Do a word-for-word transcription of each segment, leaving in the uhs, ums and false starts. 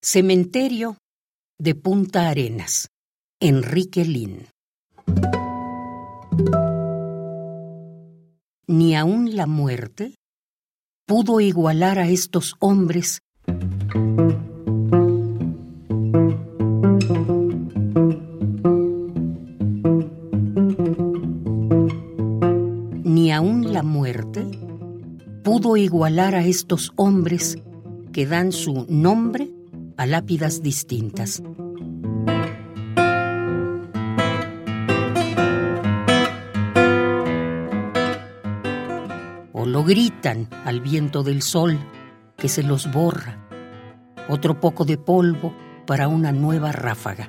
Cementerio de Punta Arenas, Enrique Lin. Ni aun la muerte pudo igualar a estos hombres Ni aun la muerte pudo igualar a estos hombres que dan su nombre a lápidas distintas. O lo gritan al viento del sol que se los borra, otro poco de polvo para una nueva ráfaga.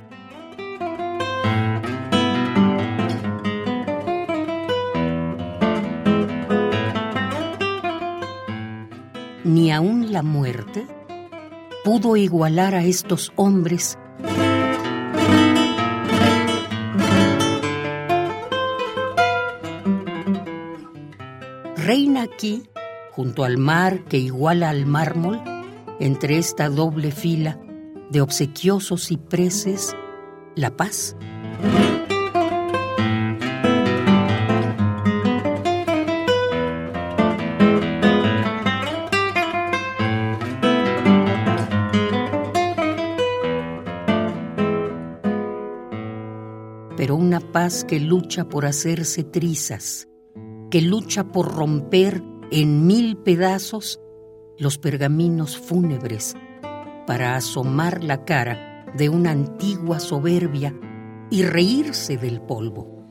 Ni aun la muerte pudo igualar a estos hombres Reina aquí, junto al mar que iguala al mármol, entre esta doble fila de obsequiosos cipreses, la paz. Pero una paz que lucha por hacerse trizas, que lucha por romper en mil pedazos los pergaminos fúnebres para asomar la cara de una antigua soberbia y reírse del polvo.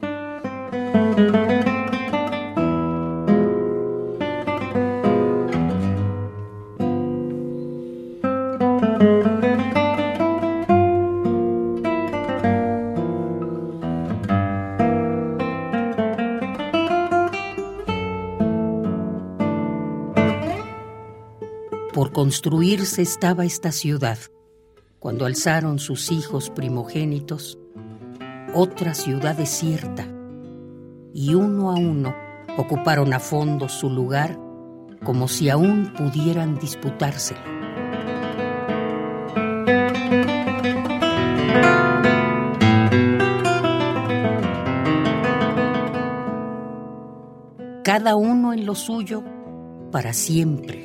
Por construirse estaba esta ciudad, cuando alzaron sus hijos primogénitos, otra ciudad desierta, y uno a uno ocuparon a fondo su lugar como si aún pudieran disputárselo. Cada uno en lo suyo para siempre,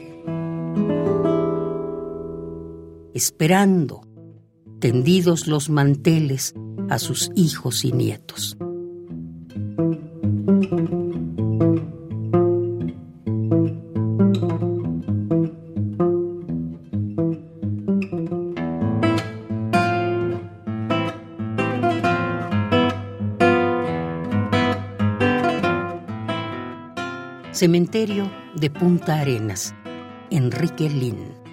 esperando, tendidos los manteles a sus hijos y nietos. Cementerio de Punta Arenas, Enrique Lin.